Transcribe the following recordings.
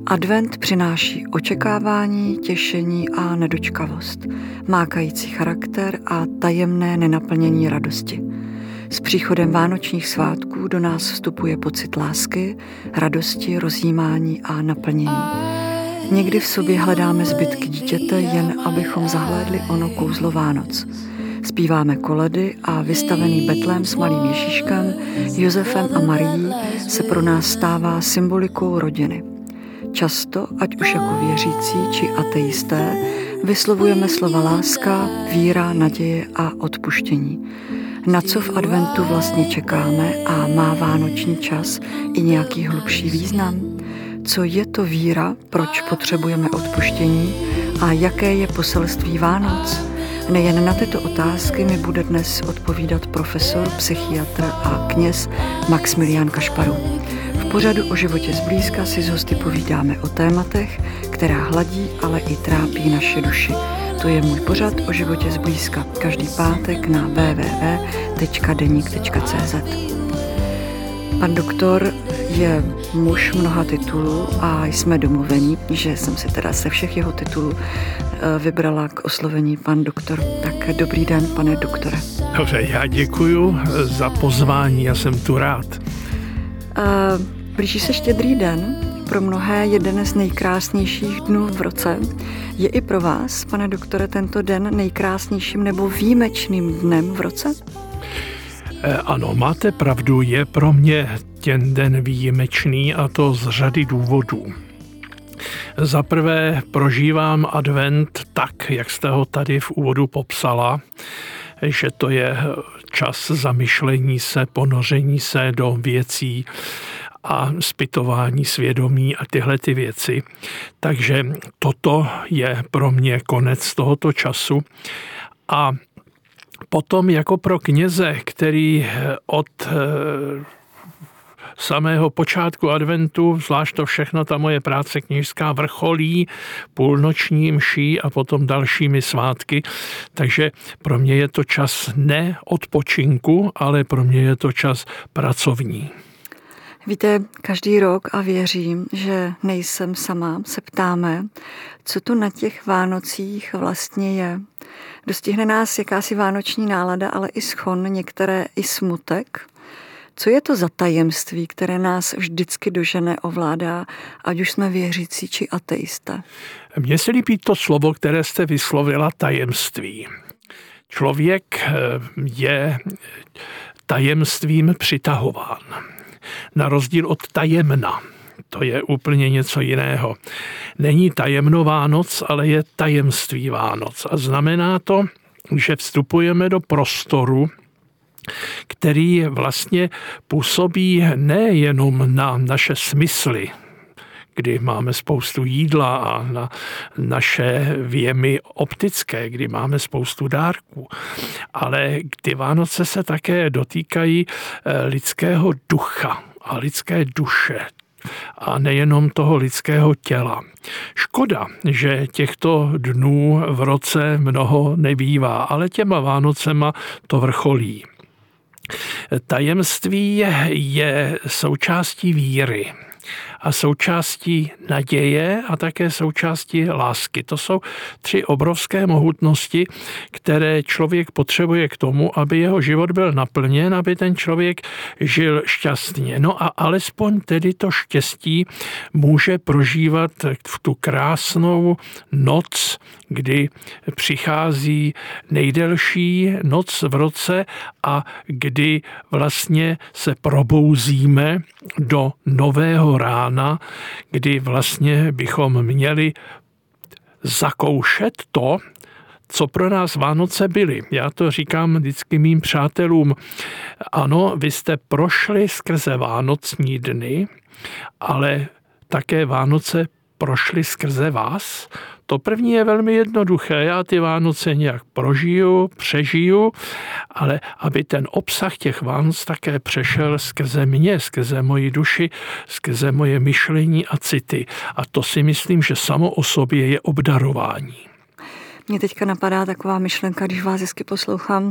Advent přináší očekávání, těšení a nedočkavost, mákající charakter a tajemné nenaplnění radosti. S příchodem vánočních svátků do nás vstupuje pocit lásky, radosti, rozjímání a naplnění. Někdy v sobě hledáme zbytky dítěte, jen abychom zahlédli ono kouzlo Vánoc. Zpíváme koledy a vystavený betlém s malým Ježíškem, Josefem a Marií se pro nás stává symbolikou rodiny. Často, ať už jako věřící či ateisté, vyslovujeme slova láska, víra, naděje a odpuštění. Na co v adventu vlastně čekáme a má vánoční čas i nějaký hlubší význam? Co je to víra, proč potřebujeme odpuštění a jaké je poselství Vánoc? Nejen na tyto otázky mi bude dnes odpovídat profesor, psychiatr a kněz Maxmilián Kašparů. V pořadu O životě zblízka si s hosty povídáme o tématech, která hladí, ale i trápí naše duši. To je můj pořad O životě zblízka každý pátek na www.denik.cz. Pan doktor je muž mnoha titulů a jsme domluveni, že jsem si teda se všech jeho titulů vybrala k oslovení pan doktor. Tak dobrý den, pane doktore. Dobře, já děkuju za pozvání, já jsem tu rád. Blíží se Štědrý den, pro mnohé jeden z nejkrásnějších dnů v roce. Je i pro vás, pane doktore, tento den nejkrásnějším nebo výjimečným dnem v roce? Ano, máte pravdu, je pro mě ten den výjimečný a to z řady důvodů. Za prvé prožívám advent tak, jak jste ho tady v úvodu popsala, že to je čas zamyšlení se, ponoření se do věcí a zpytování svědomí a tyhle ty věci. Takže toto je pro mě konec tohoto času. A potom jako pro kněze, který od samého počátku adventu, zvlášť to všechno, ta moje práce kněžská vrcholí půlnoční mší a potom dalšími svátky. Takže pro mě je to čas ne odpočinku, ale pro mě je to čas pracovní. Víte, každý rok a věřím, že nejsem sama, se ptáme, co to na těch Vánocích vlastně je. Dostihne nás jakási vánoční nálada, ale i schon, některé i smutek. Co je to za tajemství, které nás vždycky dožene, ovládá, ať už jsme věřící či ateisté? Mně se líbí to slovo, které jste vyslovila, tajemství. Člověk je tajemstvím přitahován. Na rozdíl od tajemna. To je úplně něco jiného. Není tajemno Vánoc, ale je tajemství Vánoc. A znamená to, že vstupujeme do prostoru, který vlastně působí nejenom na naše smysly, kdy máme spoustu jídla a na naše věmy optické, kdy máme spoustu dárků. Ale ty Vánoce se také dotýkají lidského ducha a lidské duše. A nejenom toho lidského těla. Škoda, že těchto dnů v roce mnoho nebývá, ale těma Vánocema to vrcholí. Tajemství je součástí víry a součástí naděje a také součástí lásky. To jsou tři obrovské mohutnosti, které člověk potřebuje k tomu, aby jeho život byl naplněn, aby ten člověk žil šťastně. No a alespoň tedy to štěstí může prožívat v tu krásnou noc, kdy přichází nejdelší noc v roce a kdy vlastně se probouzíme do nového rána, kdy vlastně bychom měli zakoušet to, co pro nás Vánoce byly. Já to říkám vždycky mým přátelům. Ano, vy jste prošli skrze vánoční dny, ale také Vánoce prošly skrze vás. To první je velmi jednoduché. Já ty Vánoce nějak prožiju, přežiju, ale aby ten obsah těch Vánoc také přešel skrze mě, skrze moji duši, skrze moje myšlení a city. A to si myslím, že samo o sobě je obdarování. Mně teďka napadá taková myšlenka, když vás hezky poslouchám,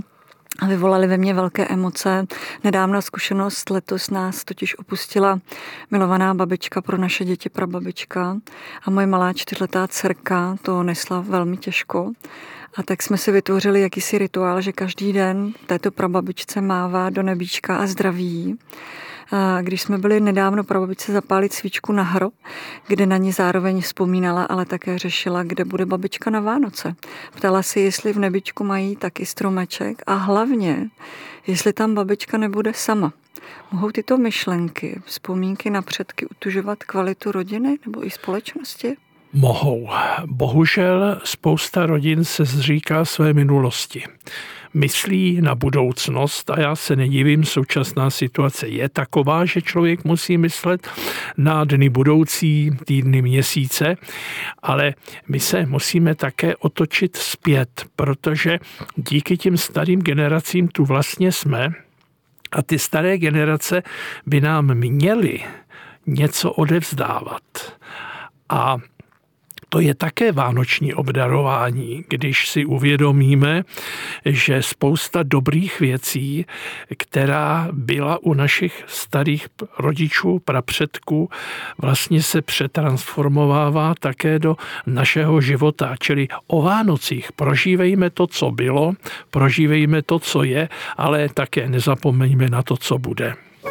a vyvolaly ve mně velké emoce. Nedávná zkušenost, letos nás totiž opustila milovaná babička pro naše děti, prababička, a moje malá 4letá dcerka to nesla velmi těžko. A tak jsme si vytvořili jakýsi rituál, že každý den této prababičce mává do nebíčka a zdraví. A když jsme byli nedávno prababičce zapálit svíčku na hrob, kde na ní zároveň vzpomínala, ale také řešila, kde bude babička na Vánoce. Ptala si, jestli v nebíčku mají taky stromeček a hlavně, jestli tam babička nebude sama. Mohou tyto myšlenky, vzpomínky na předky utužovat kvalitu rodiny nebo i společnosti? Mohou. Bohužel spousta rodin se zříká své minulosti. Myslí na budoucnost a já se nedivím, současná situace je taková, že člověk musí myslet na dny budoucí, týdny, měsíce, ale my se musíme také otočit zpět, protože díky těm starým generacím tu vlastně jsme a ty staré generace by nám měly něco odevzdávat. A to je také vánoční obdarování, když si uvědomíme, že spousta dobrých věcí, která byla u našich starých rodičů, prapředků, vlastně se přetransformovává také do našeho života. Čili o Vánocích prožívejme to, co bylo, prožívejme to, co je, ale také nezapomeňme na to, co bude.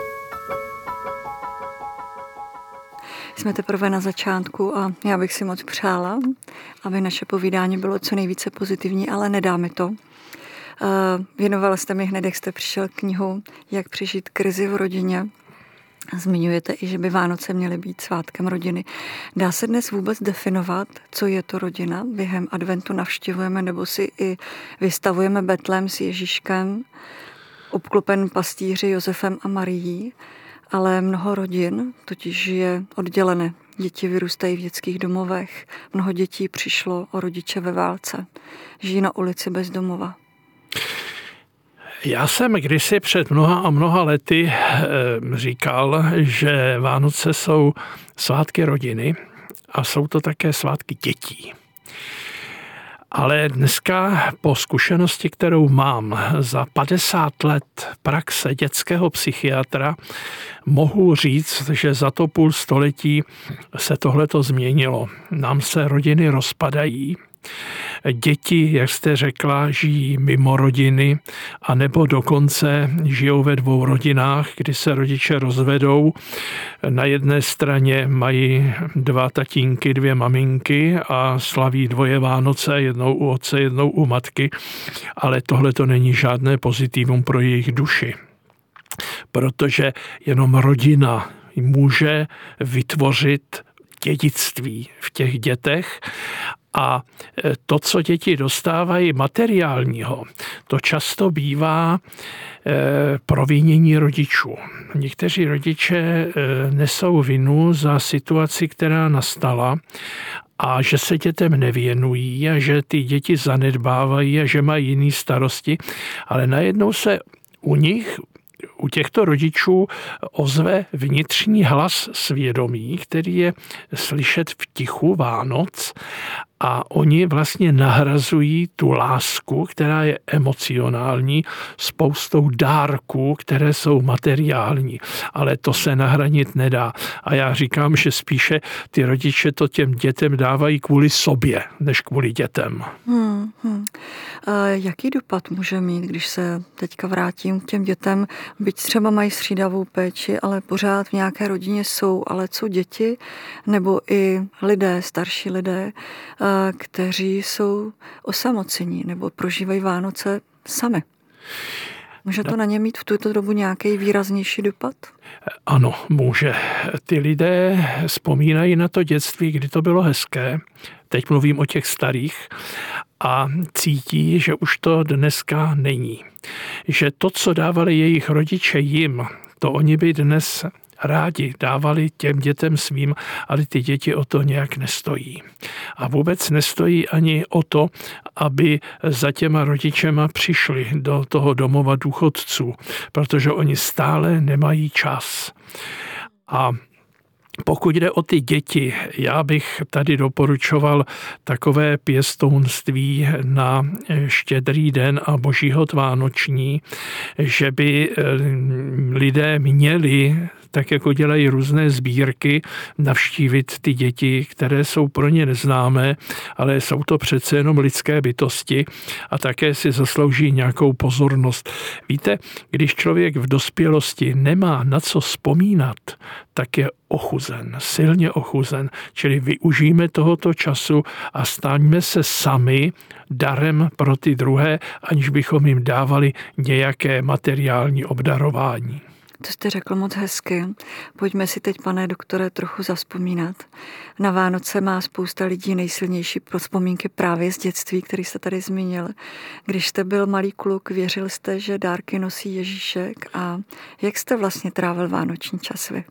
Jsme teprve na začátku a já bych si moc přála, aby naše povídání bylo co nejvíce pozitivní, ale nedá mi to. Věnovala jste mi hned, jak jste přišel knihu Jak přežít krizi v rodině. Zmiňujete i, že by Vánoce měly být svátkem rodiny. Dá se dnes vůbec definovat, co je to rodina? Během adventu navštěvujeme nebo si i vystavujeme betlém s Ježíškem, obklopen pastýři Josefem a Marií. Ale mnoho rodin totiž žije oddělené. Děti vyrůstají v dětských domovech. Mnoho dětí přišlo o rodiče ve válce. Žijí na ulici bez domova. Já jsem kdysi před mnoha a mnoha lety říkal, že Vánoce jsou svátky rodiny a jsou to také svátky dětí. Ale dneska po zkušenosti, kterou mám za 50 let praxe dětského psychiatra, mohu říct, že za to půl století se tohleto změnilo. Nám se rodiny rozpadají. Děti, jak jste řekla, žijí mimo rodiny, anebo dokonce žijou ve dvou rodinách, kdy se rodiče rozvedou. Na jedné straně mají 2 tatínky, 2 maminky a slaví 2 Vánoce, jednou u otce, jednou u matky, ale tohle to není žádné pozitivum pro jejich duši. Protože jenom rodina může vytvořit dědictví v těch dětech a to, co děti dostávají materiálního, to často bývá provinění rodičů. Někteří rodiče nesou vinu za situaci, která nastala a že se dětem nevěnují a že ty děti zanedbávají a že mají jiné starosti, ale najednou se u těchto rodičů ozve vnitřní hlas svědomí, který je slyšet v tichu Vánoc a oni vlastně nahrazují tu lásku, která je emocionální, spoustou dárků, které jsou materiální, ale to se nahranit nedá. A já říkám, že spíše ty rodiče to těm dětem dávají kvůli sobě, než kvůli dětem. A jaký dopad může mít, když se teďka vrátím k těm dětem, byť třeba mají střídavou péči, ale pořád v nějaké rodině jsou, ale co děti nebo i lidé, starší lidé, kteří jsou osamocení nebo prožívají Vánoce sami. Může to na ně mít v tuto dobu nějaký výraznější dopad? Ano, může. Ty lidé vzpomínají na to dětství, kdy to bylo hezké. Teď mluvím o těch starých a cítí, že už to dneska není. Že to, co dávali jejich rodiče jim, to oni by dnes rádi dávali těm dětem svým, ale ty děti o to nějak nestojí. A vůbec nestojí ani o to, aby za těma rodičema přišli do toho domova důchodců, protože oni stále nemají čas. A Pokud jde o ty děti, já bych tady doporučoval takové pěstounství na Štědrý den a Božíhod vánoční, že by lidé měli, tak jako dělají různé sbírky, navštívit ty děti, které jsou pro ně neznámé, ale jsou to přece jenom lidské bytosti a také si zaslouží nějakou pozornost. Víte, když člověk v dospělosti nemá na co vzpomínat, tak je ochuzen, silně ochuzen. Čili využijeme tohoto času a staňme se sami darem pro ty druhé, aniž bychom jim dávali nějaké materiální obdarování. To jste řekl moc hezky. Pojďme si teď, pane doktore, trochu zavzpomínat. Na Vánoce má spousta lidí nejsilnější vzpomínky právě z dětství, který jste tady zmínil. Když jste byl malý kluk, věřil jste, že dárky nosí Ježíšek, a jak jste vlastně trávil vánoční čas vy?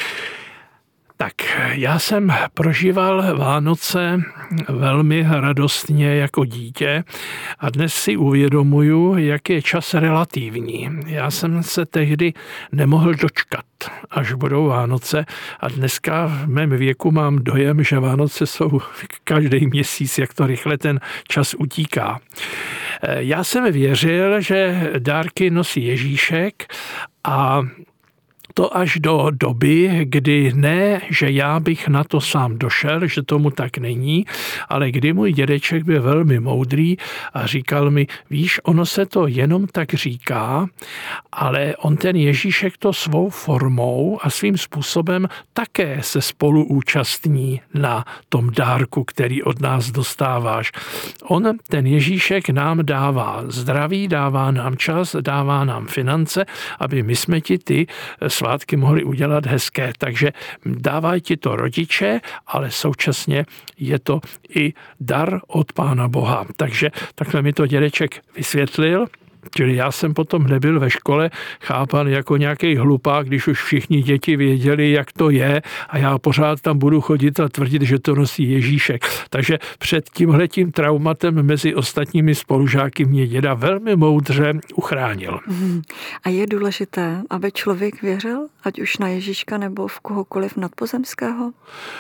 Tak já jsem prožíval Vánoce velmi radostně jako dítě a dnes si uvědomuju, jak je čas relativní. Já jsem se tehdy nemohl dočkat, až budou Vánoce, a dneska v mém věku mám dojem, že Vánoce jsou každý měsíc, jak to rychle ten čas utíká. Já jsem věřil, že dárky nosí Ježíšek, a to až do doby, kdy ne, že já bych na to sám došel, že tomu tak není, ale kdy můj dědeček byl velmi moudrý a říkal mi, víš, ono se to jenom tak říká, ale on ten Ježíšek to svou formou a svým způsobem také se spolu účastní na tom dárku, který od nás dostáváš. On, ten Ježíšek, nám dává zdraví, dává nám čas, dává nám finance, aby my jsme ti ty svátky mohli udělat hezké. Takže dávají ti to rodiče, ale současně je to i dar od Pána Boha. Takže takhle mi to dědeček vysvětlil. Čili já jsem potom nebyl ve škole chápan jako nějaký hlupák, když už všichni děti věděli, jak to je, a já pořád tam budu chodit a tvrdit, že to nosí Ježíšek. Takže před tímhletím traumatem mezi ostatními spolužáky mě děda velmi moudře uchránil. A je důležité, aby člověk věřil, ať už na Ježíška nebo v kohokoliv nadpozemského?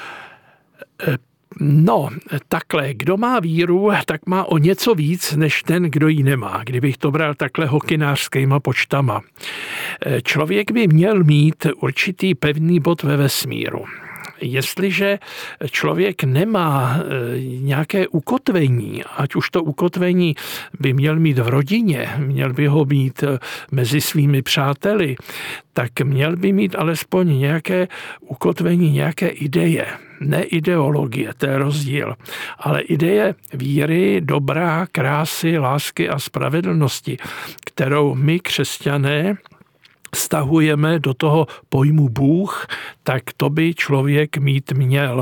No, takhle, kdo má víru, tak má o něco víc, než ten, kdo ji nemá. Kdybych to bral takhle hokynářskýma počtama. Člověk by měl mít určitý pevný bod ve vesmíru. Jestliže člověk nemá nějaké ukotvení, ať už to ukotvení by měl mít v rodině, měl by ho mít mezi svými přáteli, tak měl by mít alespoň nějaké ukotvení, nějaké ideje. Ne ideologie, to je rozdíl, ale ideje víry, dobrá, krásy, lásky a spravedlnosti, kterou my, křesťané, stahujeme do toho pojmu Bůh, tak to by člověk mít měl.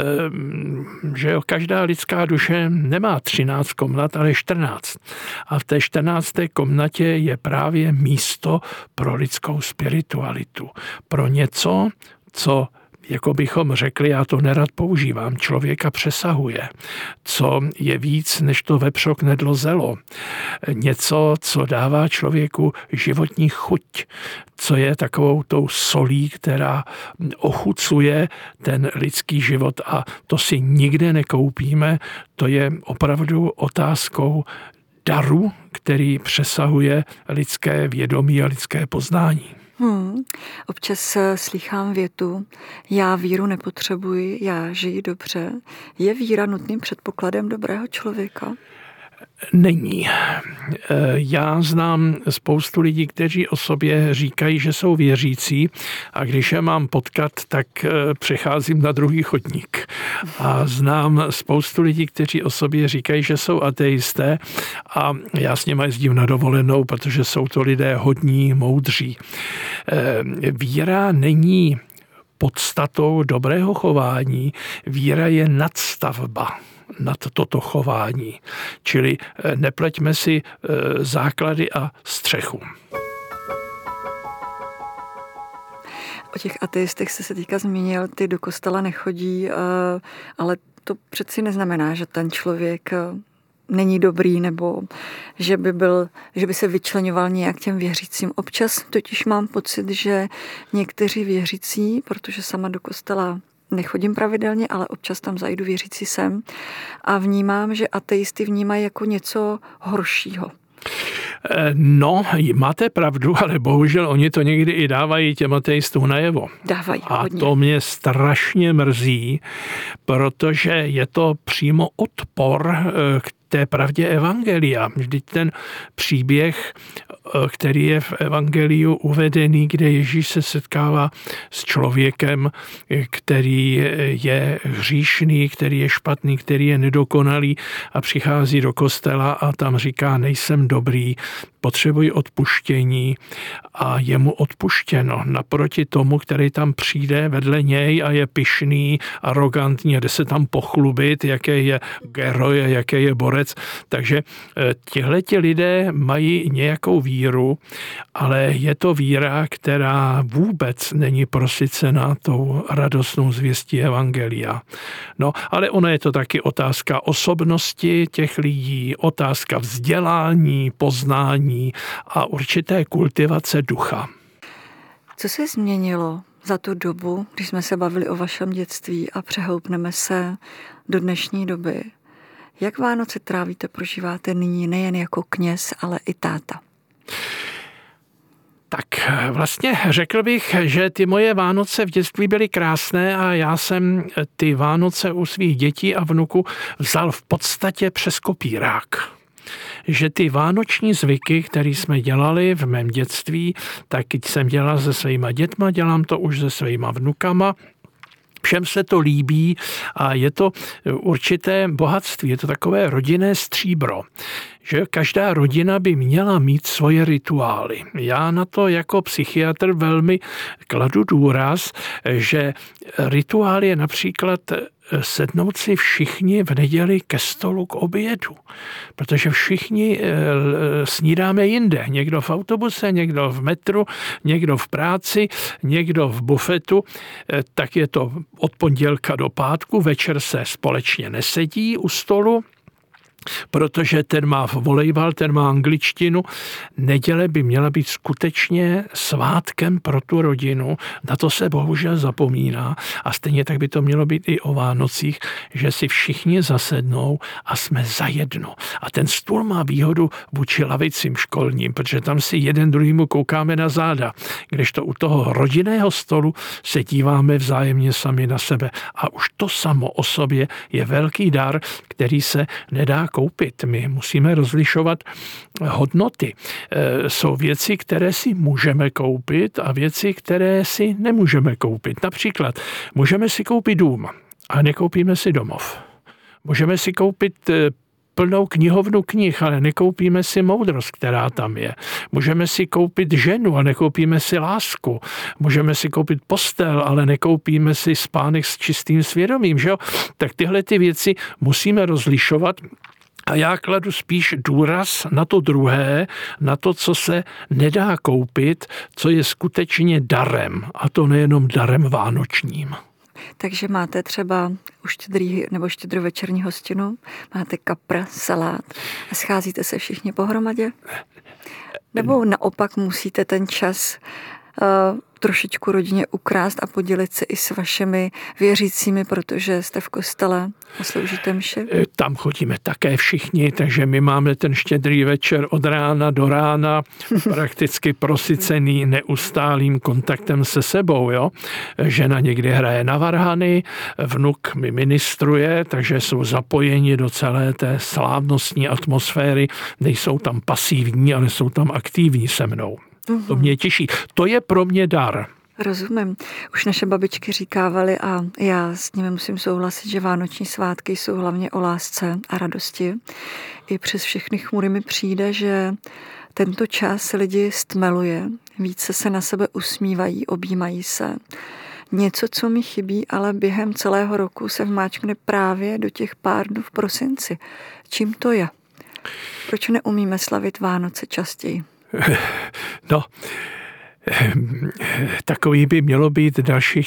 Že jo, každá lidská duše nemá 13 komnat, ale 14. A v té 14. komnatě je právě místo pro lidskou spiritualitu. Pro něco, co, jako bychom řekli, já to nerad používám, člověka přesahuje. Co je víc, než to vepřo knedlo zelo. Něco, co dává člověku životní chuť. Co je takovou tou solí, která ochucuje ten lidský život. A to si nikde nekoupíme. To je opravdu otázkou daru, který přesahuje lidské vědomí a lidské poznání. Občas slýchám větu, já víru nepotřebuji, já žiji dobře. Je víra nutným předpokladem dobrého člověka? Není. Já znám spoustu lidí, kteří o sobě říkají, že jsou věřící, a když je mám potkat, tak přecházím na druhý chodník. A znám spoustu lidí, kteří o sobě říkají, že jsou ateisté, a já s nimi jezdím na dovolenou, protože jsou to lidé hodní, moudří. Víra není podstatou dobrého chování, víra je nadstavba nad toto chování. Čili nepleťme si základy a střechu. O těch ateistech jste se teďka zmínil, ty do kostela nechodí, ale to přeci neznamená, že ten člověk není dobrý nebo že by se vyčleňoval nějak těm věřícím. Občas totiž mám pocit, že někteří věřící, protože sama do kostela nechodím pravidelně, ale občas tam zajdu, věřící jsem a vnímám, že ateisty vnímají jako něco horšího. No, máte pravdu, ale bohužel oni to někdy i dávají těm ateistům najevo. Dávají a hodně. To mě strašně mrzí, protože je to přímo odpor k té pravdě evangelia. Vždyť ten příběh, který je v evangeliu uvedený, kde Ježíš se setkává s člověkem, který je hříšný, který je špatný, který je nedokonalý a přichází do kostela a tam říká, nejsem dobrý, potřebuji odpuštění a je mu odpuštěno. Naproti tomu, který tam přijde vedle něj a je pyšný, arrogantní a jde se tam pochlubit, jaký je heroj, jaký je borec. Takže tihleti lidé mají nějakou víru, ale je to víra, která vůbec není prosycená tou radostnou zvěstí evangelia. No, ale ona je to taky otázka osobnosti těch lidí, otázka vzdělání, poznání a určité kultivace ducha. Co se změnilo za tu dobu, když jsme se bavili o vašem dětství a přehoupneme se do dnešní doby? Jak Vánoce trávíte, prožíváte nyní nejen jako kněz, ale i táta? Tak vlastně řekl bych, že ty moje Vánoce v dětství byly krásné a já jsem ty Vánoce u svých dětí a vnuků vzal v podstatě přes kopírák. Že ty vánoční zvyky, které jsme dělali v mém dětství, tak jsem dělal se svýma dětma, dělám to už se svýma vnukama. Všem se to líbí a je to určité bohatství, je to takové rodinné stříbro, že každá rodina by měla mít svoje rituály. Já na to jako psychiatr velmi kladu důraz, že rituál je například sednout si všichni v neděli ke stolu k obědu, protože všichni snídáme jinde. Někdo v autobuse, někdo v metru, někdo v práci, někdo v bufetu, tak je to od pondělka do pátku, večer se společně nesedí u stolu, protože ten má volejbal, ten má angličtinu. Neděle by měla být skutečně svátkem pro tu rodinu. Na to se bohužel zapomíná. A stejně tak by to mělo být i o Vánocích, že si všichni zasednou a jsme zajedno. A ten stůl má výhodu vůči lavicím školním, protože tam si jeden druhýmu koukáme na záda. Kdežto u toho rodinného stolu se díváme vzájemně sami na sebe. A už to samo o sobě je velký dar, který se nedá koupit. My musíme rozlišovat hodnoty. Jsou věci, které si můžeme koupit a věci, které si nemůžeme koupit. Například můžeme si koupit dům a nekoupíme si domov. Můžeme si koupit plnou knihovnu knih, ale nekoupíme si moudrost, která tam je. Můžeme si koupit ženu a nekoupíme si lásku. Můžeme si koupit postel, ale nekoupíme si spánek s čistým svědomím. Že jo? Tak tyhle ty věci musíme rozlišovat. A já kladu spíš důraz na to druhé, na to, co se nedá koupit, co je skutečně darem. A to nejenom darem vánočním. Takže máte třeba u štědrý nebo štědrovečerní hostinu, máte kapra, salát a scházíte se všichni pohromadě? Nebo naopak musíte ten čas trošičku rodině ukrást a podělit se i s vašimi věřícími, protože jste v kostele a sloužíte mši? Tam chodíme také všichni, takže my máme ten štědrý večer od rána do rána prakticky prosycený neustálým kontaktem se sebou. Jo? Žena někdy hraje na varhany, vnuk mi ministruje, takže jsou zapojeni do celé té slávnostní atmosféry. Nejsou tam pasivní, ale jsou tam aktivní se mnou. To mě těší. To je pro mě dar. Rozumím. Už naše babičky říkávaly a já s nimi musím souhlasit, že vánoční svátky jsou hlavně o lásce a radosti. I přes všechny chmury mi přijde, že tento čas lidi stmeluje, více se na sebe usmívají, objímají se. Něco, co mi chybí, ale během celého roku se vmáčkne právě do těch pár dnů v prosinci. Čím to je? Proč neumíme slavit Vánoce častěji? No, Takový by mělo být dalších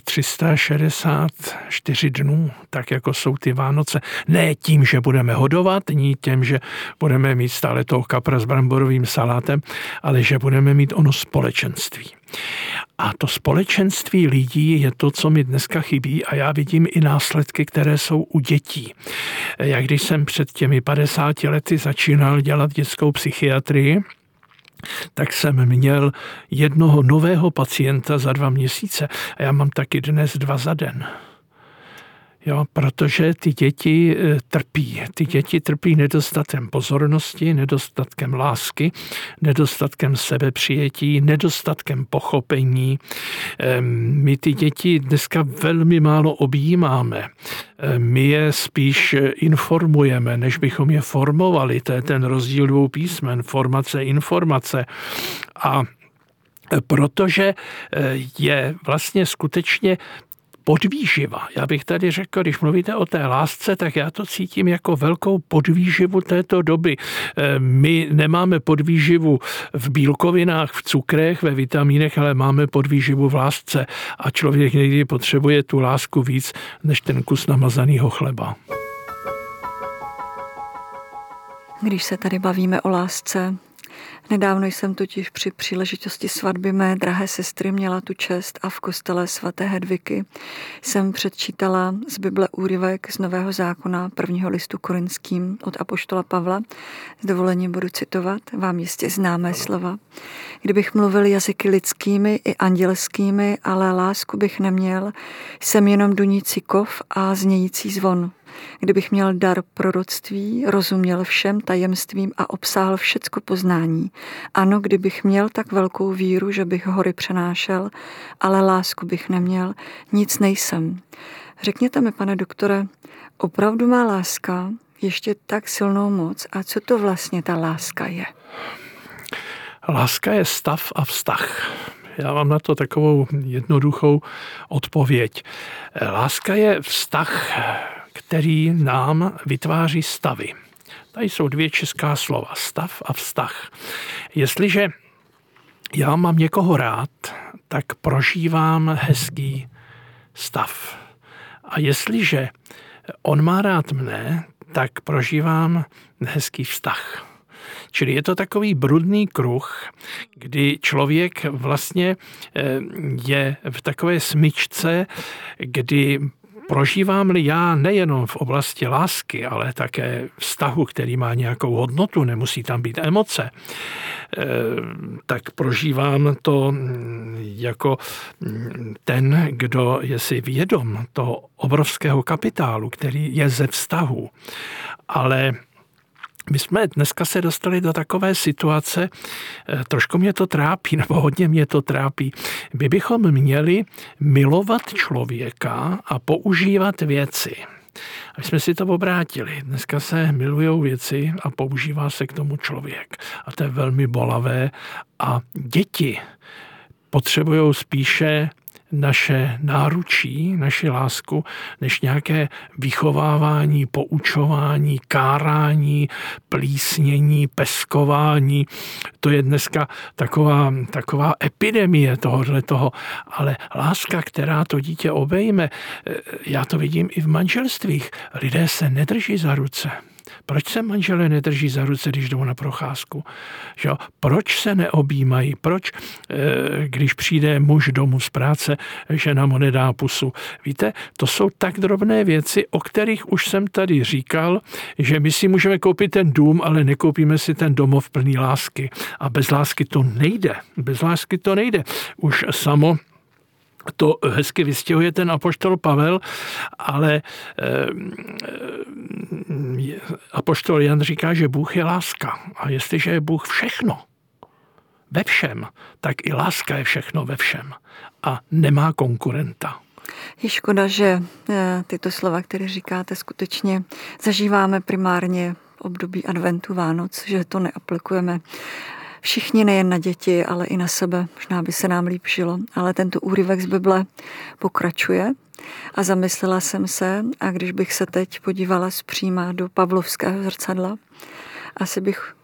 364 dnů, tak jako jsou ty Vánoce. Ne tím, že budeme hodovat, ní tím, že budeme mít stále toho kapra s bramborovým salátem, ale že budeme mít ono společenství. A to společenství lidí je to, co mi dneska chybí a já vidím i následky, které jsou u dětí. Já když jsem před těmi 50 lety začínal dělat dětskou psychiatrii, tak jsem měl jednoho nového pacienta za 2 měsíce a já mám taky dnes 2 za den. Jo, protože ty děti trpí. Ty děti trpí nedostatkem pozornosti, nedostatkem lásky, nedostatkem sebepřijetí, nedostatkem pochopení. My ty děti dneska velmi málo objímáme. My je spíš informujeme, než bychom je formovali. To je ten rozdíl 2 písmen, formace, informace. A protože je vlastně skutečně podvýživa. Já bych tady řekl, když mluvíte o té lásce, tak já to cítím jako velkou podvýživu této doby. My nemáme podvýživu v bílkovinách, v cukrech, ve vitamínech, ale máme podvýživu v lásce a člověk někdy potřebuje tu lásku víc, než ten kus namazaného chleba. Když se tady bavíme o lásce, nedávno jsem totiž při příležitosti svatby mé drahé sestry měla tu čest a v kostele svaté Hedviky jsem předčítala z Bible úryvek z Nového zákona 1. listu Korinským od apoštola Pavla. S dovolením budu citovat, vám jistě známé slova. Kdybych mluvil jazyky lidskými i andělskými, ale lásku bych neměl, jsem jenom dunící kov a znějící zvon. Kdybych měl dar proroctví, rozuměl všem tajemstvím a obsáhl všecko poznání. Ano, kdybych měl tak velkou víru, že bych hory přenášel, ale lásku bych neměl, nic nejsem. Řekněte mi, pane doktore, opravdu má láska ještě tak silnou moc a co to vlastně ta láska je? Láska je stav a vztah. Já mám na to takovou jednoduchou odpověď. Láska je vztah, který nám vytváří stavy. Tady jsou 2 česká slova, stav a vztah. Jestliže já mám někoho rád, tak prožívám hezký stav. A jestliže on má rád mne, tak prožívám hezký vztah. Čili je to takový brudný kruh, kdy člověk vlastně je v takové smyčce, kdy prožívám-li já nejenom v oblasti lásky, ale také vztahu, který má nějakou hodnotu, nemusí tam být emoce, tak prožívám to jako ten, kdo je si vědom toho obrovského kapitálu, který je ze vztahu. Ale my jsme dneska se dostali do takové situace, trošku mě to trápí, nebo hodně mě to trápí. My bychom měli milovat člověka a používat věci. A jsme si to obrátili. Dneska se milujou věci a používá se k tomu člověk. A to je velmi bolavé. A děti potřebují spíše naše náručí, naši lásku, než nějaké vychovávání, poučování, kárání, plísnění, peskování. To je dneska taková epidemie tohoto. Ale láska, která to dítě obejme, já to vidím i v manželstvích. Lidé se nedrží za ruce. Proč se manželé nedrží za ruce, když jdou na procházku? Že? Proč se neobjímají? Proč, když přijde muž domů z práce, žena mu nedá pusu? Víte, to jsou tak drobné věci, o kterých už jsem tady říkal, že my si můžeme koupit ten dům, ale nekoupíme si ten domov plný lásky. A bez lásky to nejde. Bez lásky to nejde. Už samo to hezky vystihuje ten apoštol Pavel, ale apoštol Jan říká, že Bůh je láska. A jestliže je Bůh všechno, ve všem, tak i láska je všechno ve všem. A nemá konkurenta. Je škoda, že tyto slova, které říkáte, skutečně zažíváme primárně v období adventu Vánoc, že to neaplikujeme všichni, nejen na děti, ale i na sebe. Možná by se nám líp žilo. Ale tento úryvek z Bible pokračuje a zamyslela jsem se, a když bych se teď podívala zpříma do Pavlovského zrcadla, asi bych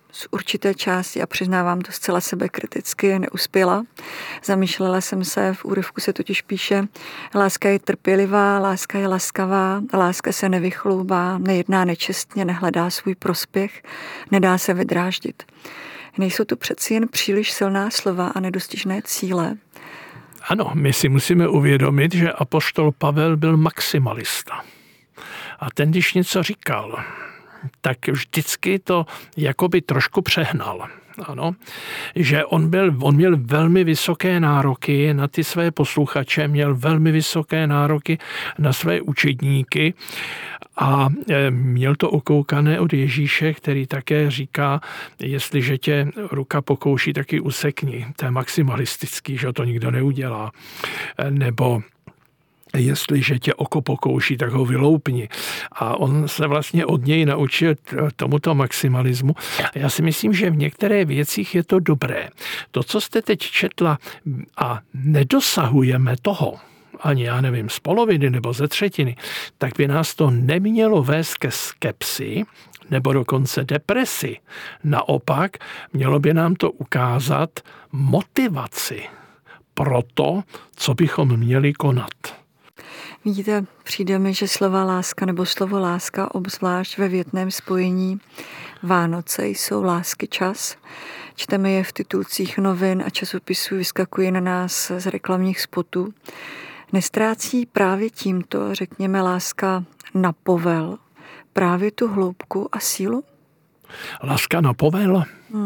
z určité části, a přiznávám to zcela sebekriticky, neuspěla. Zamýšlela jsem se, v úryvku se totiž píše, láska je trpělivá, láska je laskavá, láska se nevychloubá, nejedná nečestně, nehledá svůj prospěch, nedá se vydráždit. Nejsou to přeci jen příliš silná slova a nedostižné cíle? Ano, my si musíme uvědomit, že apoštol Pavel byl maximalista. A ten, když něco říkal, tak vždycky to jakoby trošku přehnal. Ano, že on měl velmi vysoké nároky na ty své posluchače, měl velmi vysoké nároky na své učedníky a měl to okoukané od Ježíše, který také říká, jestliže tě ruka pokouší, taky usekni. To je maximalistický, že to nikdo neudělá. Nebo jestliže tě oko pokouší, tak ho vyloupni. A on se vlastně od něj naučil tomuto maximalismu. A já si myslím, že v některé věcích je to dobré. To, co jste teď četla, a nedosahujeme toho, ani já nevím, z poloviny nebo ze třetiny, tak by nás to nemělo vést ke skepsi nebo dokonce depresi. Naopak, mělo by nám to ukázat motivaci pro to, co bychom měli konat. Vidíte, přijde mi, že slova láska nebo slovo láska, obzvlášť ve větném spojení Vánoce, jsou lásky čas. Čteme je v titulcích novin a časopisů, vyskakují na nás z reklamních spotů. Nestrácí právě tímto, řekněme, láska na povel, právě tu hloubku a sílu? Láska na povel?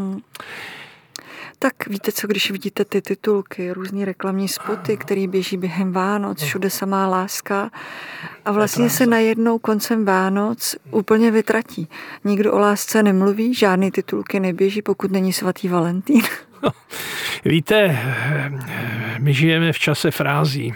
Tak víte co, když vidíte ty titulky, různý reklamní spoty, který běží během Vánoc, všude samá láska a vlastně se najednou koncem Vánoc úplně vytratí. Nikdo o lásce nemluví, žádný titulky neběží, pokud není svatý Valentín. Víte, my žijeme v čase frází.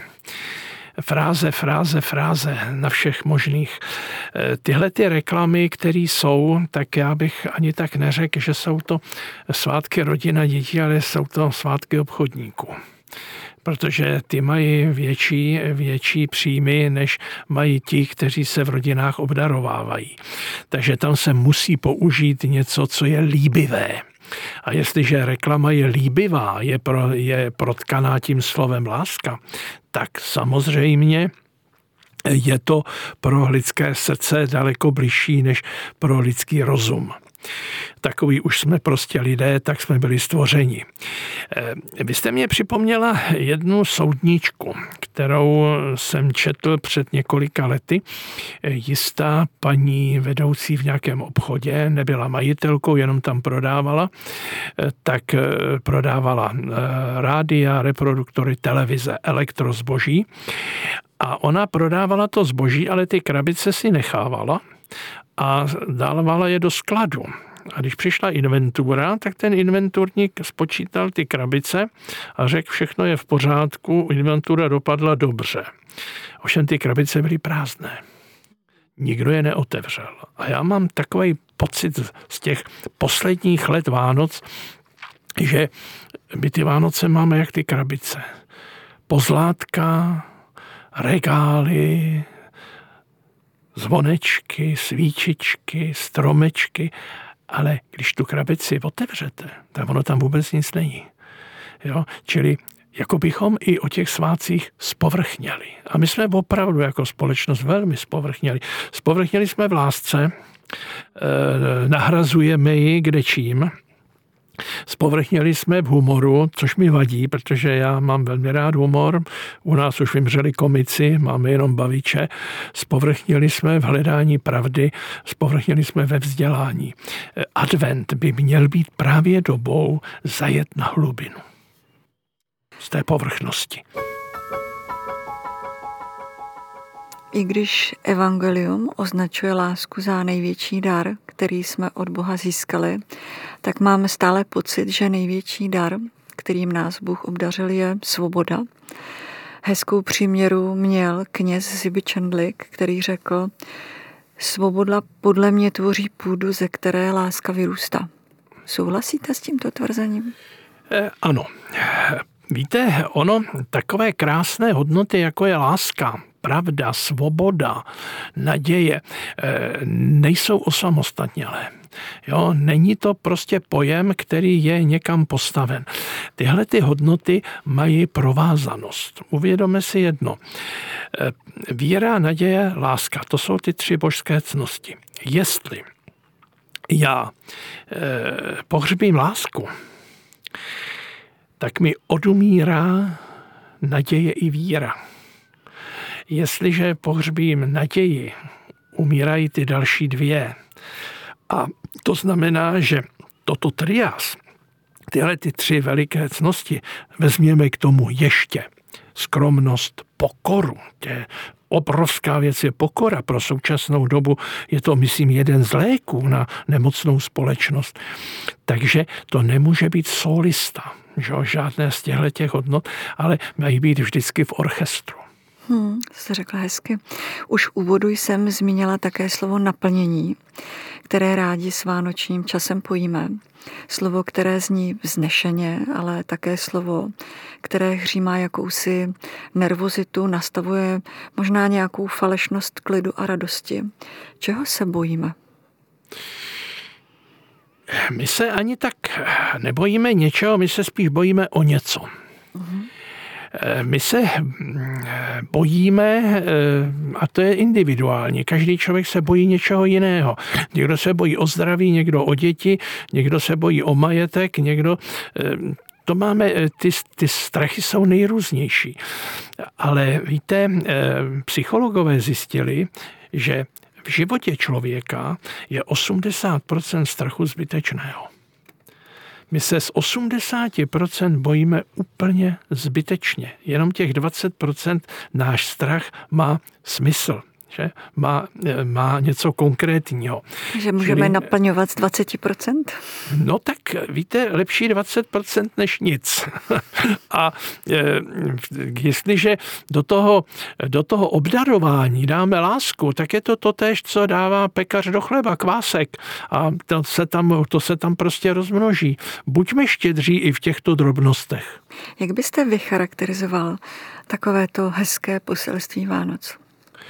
Fráze na všech možných. Tyhle ty reklamy, které jsou, tak já bych ani tak neřekl, že jsou to svátky rodina dětí, ale jsou to svátky obchodníků. Protože ty mají větší příjmy, než mají ti, kteří se v rodinách obdarovávají. Takže tam se musí použít něco, co je líbivé. A jestliže reklama je líbivá, je protkaná tím slovem láska, tak samozřejmě je to pro lidské srdce daleko bližší než pro lidský rozum. Takový už jsme prostě lidé, tak jsme byli stvořeni. Vy jste mě připomněla jednu soudničku, kterou jsem četl před několika lety. Jistá paní vedoucí v nějakém obchodě, nebyla majitelkou, jenom tam prodávala, tak prodávala rádia, reproduktory, televize, elektrozboží. A ona prodávala to zboží, ale ty krabice si nechávala a dávala je do skladu. A když přišla inventura, tak ten inventurník spočítal ty krabice a řekl, všechno je v pořádku, inventura dopadla dobře. Ovšem ty krabice byly prázdné. Nikdo je neotevřel. A já mám takový pocit z těch posledních let Vánoc, že my ty Vánoce máme jak ty krabice. Pozlátka, regály, zvonečky, svíčičky, stromečky, ale když tu krabici otevřete, tak ono tam vůbec nic není. Jo? Čili jako bychom i o těch svátcích zpovrchněli. A my jsme opravdu jako společnost velmi zpovrchněli. Zpovrchněli jsme v lásce, nahrazujeme ji kdečím. Zpovrchněli jsme v humoru, což mi vadí, protože já mám velmi rád humor. U nás už vymřeli komici, máme jenom baviče. Zpovrchněli jsme v hledání pravdy, zpovrchněli jsme ve vzdělání. Advent by měl být právě dobou zajet na hlubinu z té povrchnosti. I když evangelium označuje lásku za největší dar, který jsme od Boha získali, tak máme stále pocit, že největší dar, kterým nás Bůh obdařil, je svoboda. Hezkou příměru měl kněz Zibichendlik, který řekl, svoboda podle mě tvoří půdu, ze které láska vyrůstá. Souhlasíte s tímto tvrzením? Ano. Víte, ono, takové krásné hodnoty, jako je láska, pravda, svoboda, naděje, nejsou osamostatnělé. Jo, není to prostě pojem, který je někam postaven. Tyhle ty hodnoty mají provázanost. Uvědomme si jedno. Víra, naděje, láska. To jsou ty 3 božské ctnosti. Jestli já pohřbím lásku, tak mi odumírá naděje i víra. Jestliže pohřbím naději, umírají ty další 2. A to znamená, že toto trias, tyhle ty 3 veliké ctnosti, vezměme k tomu ještě skromnost, pokoru. To je obrovská věc, je pokora. Pro současnou dobu je to, myslím, jeden z léků na nemocnou společnost. Takže to nemůže být solista, žádné z těchto hodnot, ale mají být vždycky v orchestru. Jste řekla hezky. Už v úvodu jsem zmínila také slovo naplnění, které rádi s vánočním časem pojíme. Slovo, které zní vznešeně, ale také slovo, které hřímá jakousi nervozitu, nastavuje možná nějakou falešnost klidu a radosti. Čeho se bojíme? My se ani tak nebojíme něčeho, my se spíš bojíme o něco. My se bojíme, a to je individuální, každý člověk se bojí něčeho jiného. Někdo se bojí o zdraví, někdo o děti, někdo se bojí o majetek, někdo... To máme, ty strachy jsou nejrůznější. Ale víte, psychologové zjistili, že v životě člověka je 80% strachu zbytečného. My se z 80% bojíme úplně zbytečně. Jenom těch 20% náš strach má smysl, že? Má něco konkrétního. Že můžeme naplňovat z 20%? No tak víte, lepší 20% než nic. A jestliže do toho obdarování dáme lásku, tak je to totéž, co dává pekař do chleba, kvásek. A to se tam prostě rozmnoží. Buďme štědří i v těchto drobnostech. Jak byste vy charakterizoval takovéto hezké poselství Vánoc?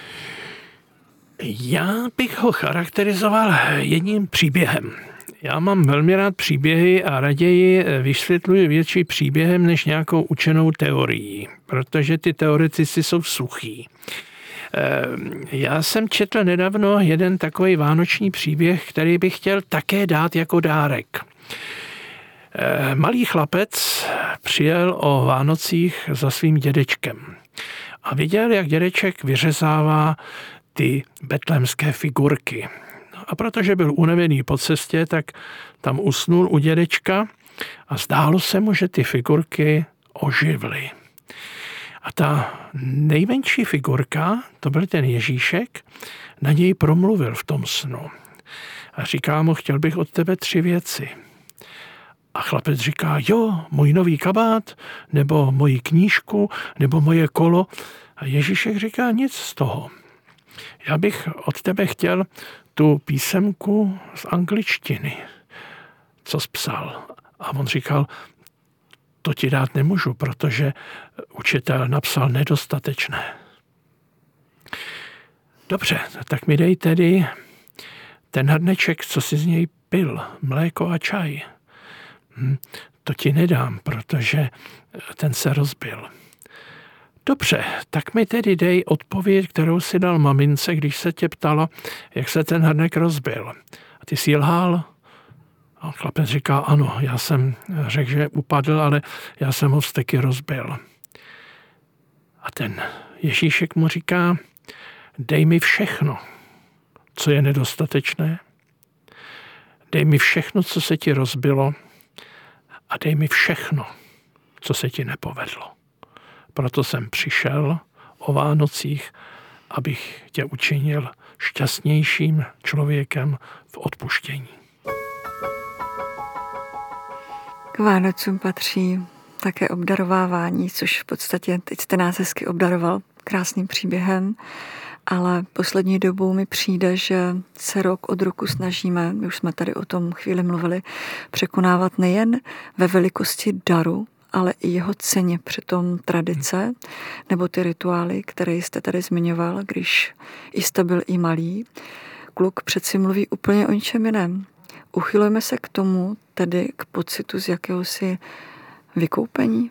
Já bych ho charakterizoval jedním příběhem. Já mám velmi rád příběhy a raději vysvětluji větší příběhem než nějakou učenou teorií, protože ty teoretici jsou suchý. Já jsem četl nedávno jeden takový vánoční příběh, který bych chtěl také dát jako dárek. Malý chlapec přijel o Vánocích za svým dědečkem a viděl, jak dědeček vyřezává ty betlémské figurky. A protože byl unavený po cestě, tak tam usnul u dědečka a zdálo se mu, že ty figurky oživly. A ta nejmenší figurka, to byl ten Ježíšek, na něj promluvil v tom snu. A říká mu, chtěl bych od tebe 3 věci. A chlapec říká, jo, můj nový kabát, nebo moji knížku, nebo moje kolo. A Ježíšek říká, nic z toho. Já bych od tebe chtěl tu písemku z angličtiny, co jsi psal. A on říkal, to ti dát nemůžu, protože učitel napsal nedostatečné. Dobře, tak mi dej tedy ten hrneček, co si z něj pil, mléko a čaj. To ti nedám, protože ten se rozbil. Dobře, tak mi tedy dej odpověď, kterou si dal mamince, když se tě ptala, jak se ten hrnek rozbil. A ty jsi lhal? A chlapec říká, ano, já jsem řekl, že upadl, ale já jsem ho vzteky rozbil. A ten Ježíšek mu říká, dej mi všechno, co je nedostatečné. Dej mi všechno, co se ti rozbilo a dej mi všechno, co se ti nepovedlo. Proto jsem přišel o Vánocích, abych tě učinil šťastnějším člověkem v odpuštění. K Vánocům patří také obdarovávání, což v podstatě teď jste nás hezky obdaroval krásným příběhem, ale poslední dobou mi přijde, že se rok od roku snažíme, my už jsme tady o tom chvíli mluvili, překonávat nejen ve velikosti daru, ale i jeho ceně, přitom tradice nebo ty rituály, které jste tady zmiňoval, když jste byl i malý. Kluk přeci mluví úplně o ničem jiném. uchylujeme se k tomu, tedy k pocitu z jakéhosi vykoupení?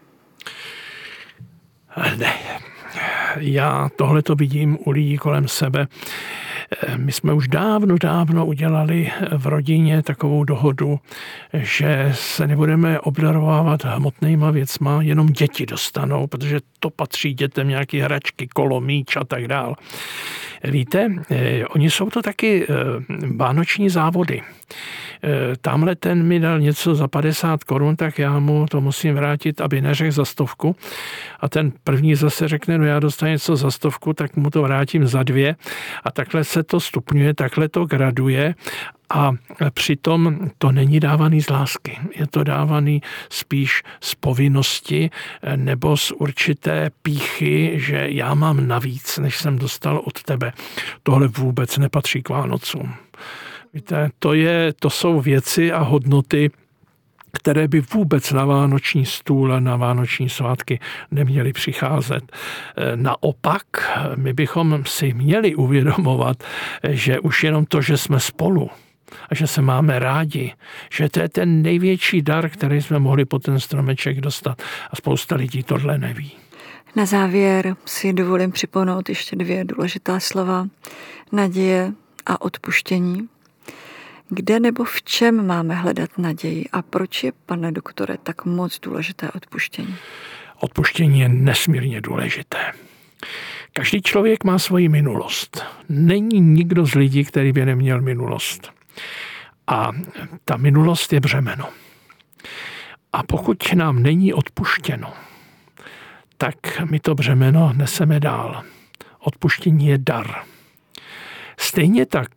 Ne. Já tohle to vidím u lidí kolem sebe. My jsme už dávno udělali v rodině takovou dohodu, že se nebudeme obdarovávat hmotnýma věcma, jenom děti dostanou, protože to patří dětem nějaké hračky, kolo, míč a tak dál. Víte, oni jsou to taky vánoční závody. Tamhle ten mi dal něco za 50 korun, tak já mu to musím vrátit, aby neřekl za 100. A ten první zase řekne, no já dostanu něco za 100, tak mu to vrátím za 2. A takhle se to stupňuje, takhle to graduje. A přitom to není dávaný z lásky. Je to dávaný spíš z povinnosti nebo z určité pýchy, že já mám navíc, než jsem dostal od tebe. Tohle vůbec nepatří k Vánocům. Víte, to jsou věci a hodnoty, které by vůbec na vánoční stůl a na vánoční svátky neměly přicházet. Naopak, my bychom si měli uvědomovat, že už jenom to, že jsme spolu a že se máme rádi, že to je ten největší dar, který jsme mohli po ten stromeček dostat. A spousta lidí tohle neví. Na závěr si dovolím připomenout ještě 2 důležitá slova. Naděje a odpuštění. Kde nebo v čem máme hledat naději a proč je, pane doktore, tak moc důležité odpuštění? Odpuštění je nesmírně důležité. Každý člověk má svoji minulost. Není nikdo z lidí, který by neměl minulost. A ta minulost je břemeno. A pokud nám není odpuštěno, tak my to břemeno neseme dál. Odpuštění je dar. Stejně tak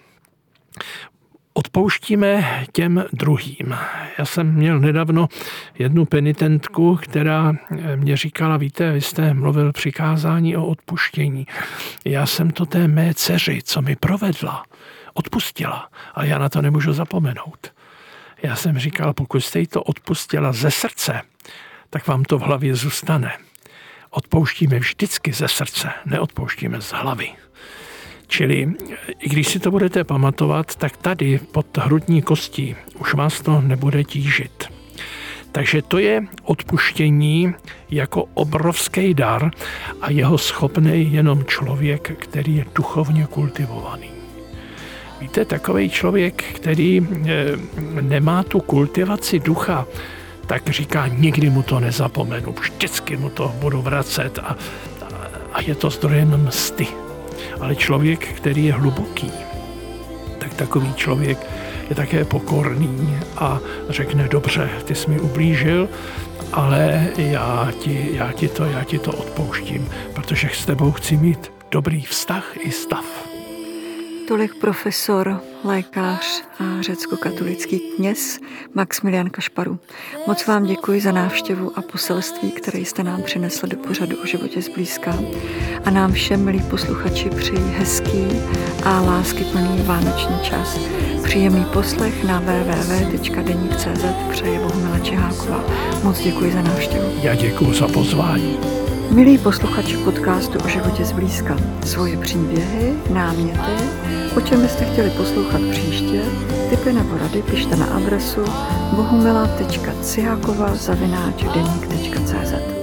odpouštíme těm druhým. Já jsem měl nedávno jednu penitentku, která mě říkala, víte, vy jste mluvil přikázání o odpuštění. Já jsem to té mé dceři, co mi provedla, odpustila, ale já na to nemůžu zapomenout. Já jsem říkal, pokud jste jí to odpustila ze srdce, tak vám to v hlavě zůstane. Odpouštíme vždycky ze srdce, neodpouštíme z hlavy. Čili i když si to budete pamatovat, tak tady pod hrudní kostí už vás to nebude tížit. Takže to je odpuštění jako obrovský dar a jeho schopný jenom člověk, který je duchovně kultivovaný. Víte, takový člověk, který nemá tu kultivaci ducha, tak říká, nikdy mu to nezapomenu, vždycky mu to budu vracet a je to zdrojem msty. Ale člověk, který je hluboký, tak takový člověk je také pokorný a řekne, dobře, ty jsi mi ublížil, ale já ti to odpouštím, protože s tebou chci mít dobrý vztah i stav. Tolik profesor, lékař a řecko-katolický kněz Maxmilian Kašparu. Moc vám děkuji za návštěvu a poselství, které jste nám přinesl do pořadu O životě zblízka. A nám všem, milí posluchači, přeji hezký a láskyplný vánoční čas. Příjemný poslech na www.denik.cz přeje Bohumila Čeháková. Moc děkuji za návštěvu. Já děkuji za pozvání. Milí posluchači podcastu O životě zblízka, svoje příběhy, náměty, o čem byste chtěli poslouchat příště, tipy nebo rady pište na adresu bohumila.cihákova@denik.cz.